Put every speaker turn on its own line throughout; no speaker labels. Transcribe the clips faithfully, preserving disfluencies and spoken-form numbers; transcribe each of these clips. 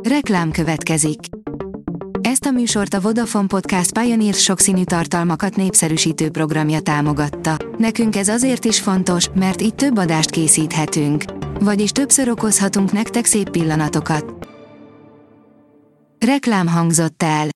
Reklám következik. Ezt a műsort a Vodafone Podcast Pioneer sokszínű tartalmakat népszerűsítő programja támogatta. Nekünk ez azért is fontos, mert így több adást készíthetünk. Vagyis többször okozhatunk nektek szép pillanatokat. Reklám hangzott el.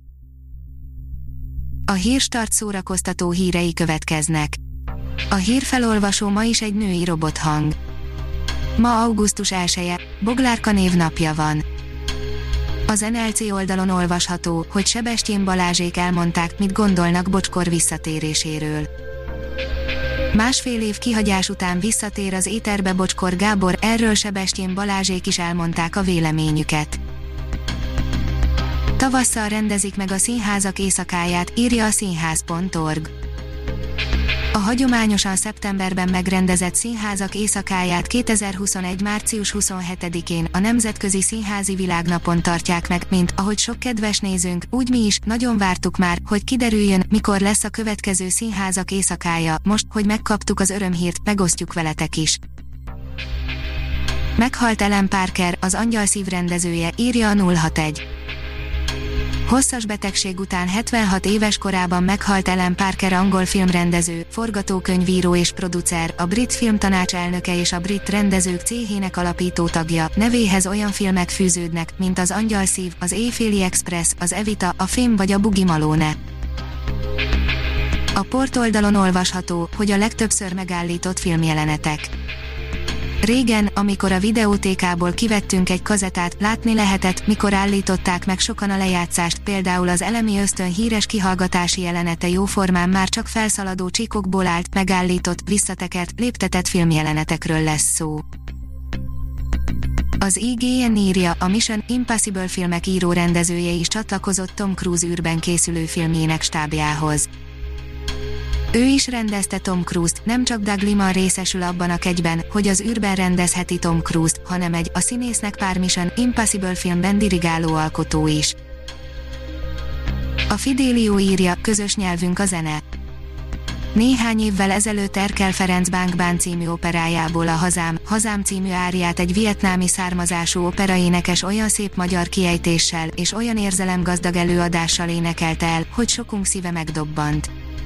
A Hírstart szórakoztató hírei következnek. A hírfelolvasó ma is egy női robothang. Ma augusztus elseje, Boglárka névnapja van. Az en el cé oldalon olvasható, hogy Sebestyén Balázsék elmondták, mit gondolnak Bocskor visszatéréséről. Másfél év kihagyás után visszatér az éterbe Bocskor Gábor, erről Sebestyén Balázsék is elmondták a véleményüket. Tavasszal rendezik meg a színházak éjszakáját, írja a színház pont org. A hagyományosan szeptemberben megrendezett színházak éjszakáját kétezer-huszonegy. március huszonhetedikén a Nemzetközi Színházi Világnapon tartják meg, mint ahogy sok kedves nézőnk, úgy mi is, nagyon vártuk már, hogy kiderüljön, mikor lesz a következő színházak éjszakája, most, hogy megkaptuk az örömhírt, megosztjuk veletek is. Meghalt Ellen Parker, az Angyalszív rendezője, írja a nulla hatvanegy. Hosszas betegség után hetvenhat éves korában meghalt Ellen Parker angol filmrendező, forgatókönyvíró és producer, a Brit Filmtanács elnöke és a Brit Rendezők Céhének alapító tagja. Nevéhez olyan filmek fűződnek, mint az Angyalszív, az Éjféli Express, az Evita, a Fém vagy a Bugi Malone. A portoldalon olvasható, hogy a legtöbbször megállított filmjelenetek. Régen, amikor a videótékából kivettünk egy kazettát, látni lehetett, mikor állították meg sokan a lejátszást, például az Elemi Ösztön híres kihallgatási jelenete jóformán már csak felszaladó csíkokból állt, megállított, visszatekert, léptetett filmjelenetekről lesz szó. Az i gé en írja, a Mission Impossible filmek író-rendezője is csatlakozott Tom Cruise űrben készülő filmjének stábjához. Ő is rendezte Tom Cruise-t, nem csak Doug Liman részesül abban a kegyben, hogy az űrben rendezheti Tom Cruise-t, hanem egy, a színésznek pár Mission Impossible filmben dirigáló alkotó is. A Fidelio írja, közös nyelvünk a zene. Néhány évvel ezelőtt Erkel Ferenc Bánkbán című operájából a Hazám, Hazám című áriát egy vietnámi származású operaénekes olyan szép magyar kiejtéssel és olyan érzelemgazdag előadással énekelte el, hogy sokunk szíve megdobbant.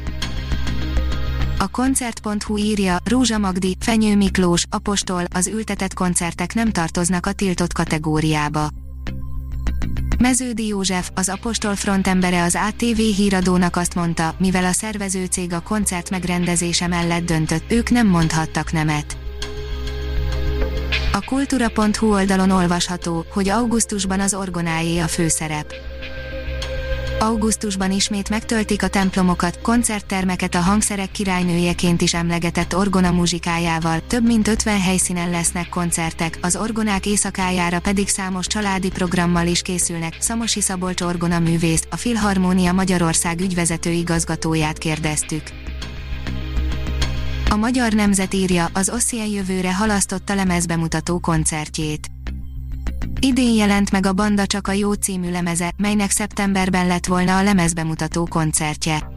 A koncert pont hu írja, Rózsa Magdi, Fenyő Miklós, Apostol, az ültetett koncertek nem tartoznak a tiltott kategóriába. Meződi József, az Apostol frontembere az á té vé híradónak azt mondta, mivel a szervezőcég a koncert megrendezése mellett döntött, ők nem mondhattak nemet. A kultúra pont hu oldalon olvasható, hogy augusztusban az orgonáé a főszerep. Augusztusban ismét megtöltik a templomokat, koncerttermeket a hangszerek királynőjeként is emlegetett orgona muzsikájával, több mint ötven helyszínen lesznek koncertek, az orgonák éjszakájára pedig számos családi programmal is készülnek. Szamosi Szabolcs orgona művészt, a Filharmónia Magyarország ügyvezető igazgatóját kérdeztük. A Magyar Nemzet írja, az Ossien jövőre halasztotta lemezbemutató koncertjét. Idén jelent meg a Banda Csak a Jó című lemeze, melynek szeptemberben lett volna a lemezbemutató koncertje.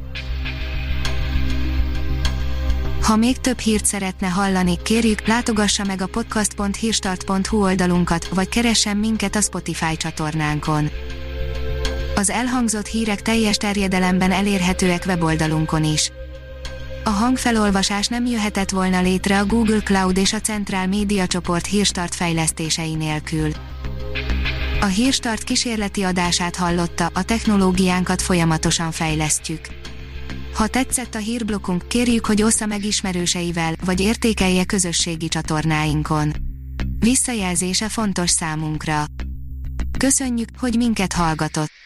Ha még több hírt szeretne hallani, kérjük, látogassa meg a podcast pont hírstart pont hu oldalunkat, vagy keressen minket a Spotify csatornánkon. Az elhangzott hírek teljes terjedelemben elérhetőek weboldalunkon is. A hangfelolvasás nem jöhetett volna létre a Google Cloud és a Centrál Média csoport Hírstart fejlesztései nélkül. A Hírstart kísérleti adását hallotta, a technológiánkat folyamatosan fejlesztjük. Ha tetszett a hírblokkunk, kérjük, hogy ossza meg ismerőseivel, vagy értékelje közösségi csatornáinkon. Visszajelzése fontos számunkra. Köszönjük, hogy minket hallgatott!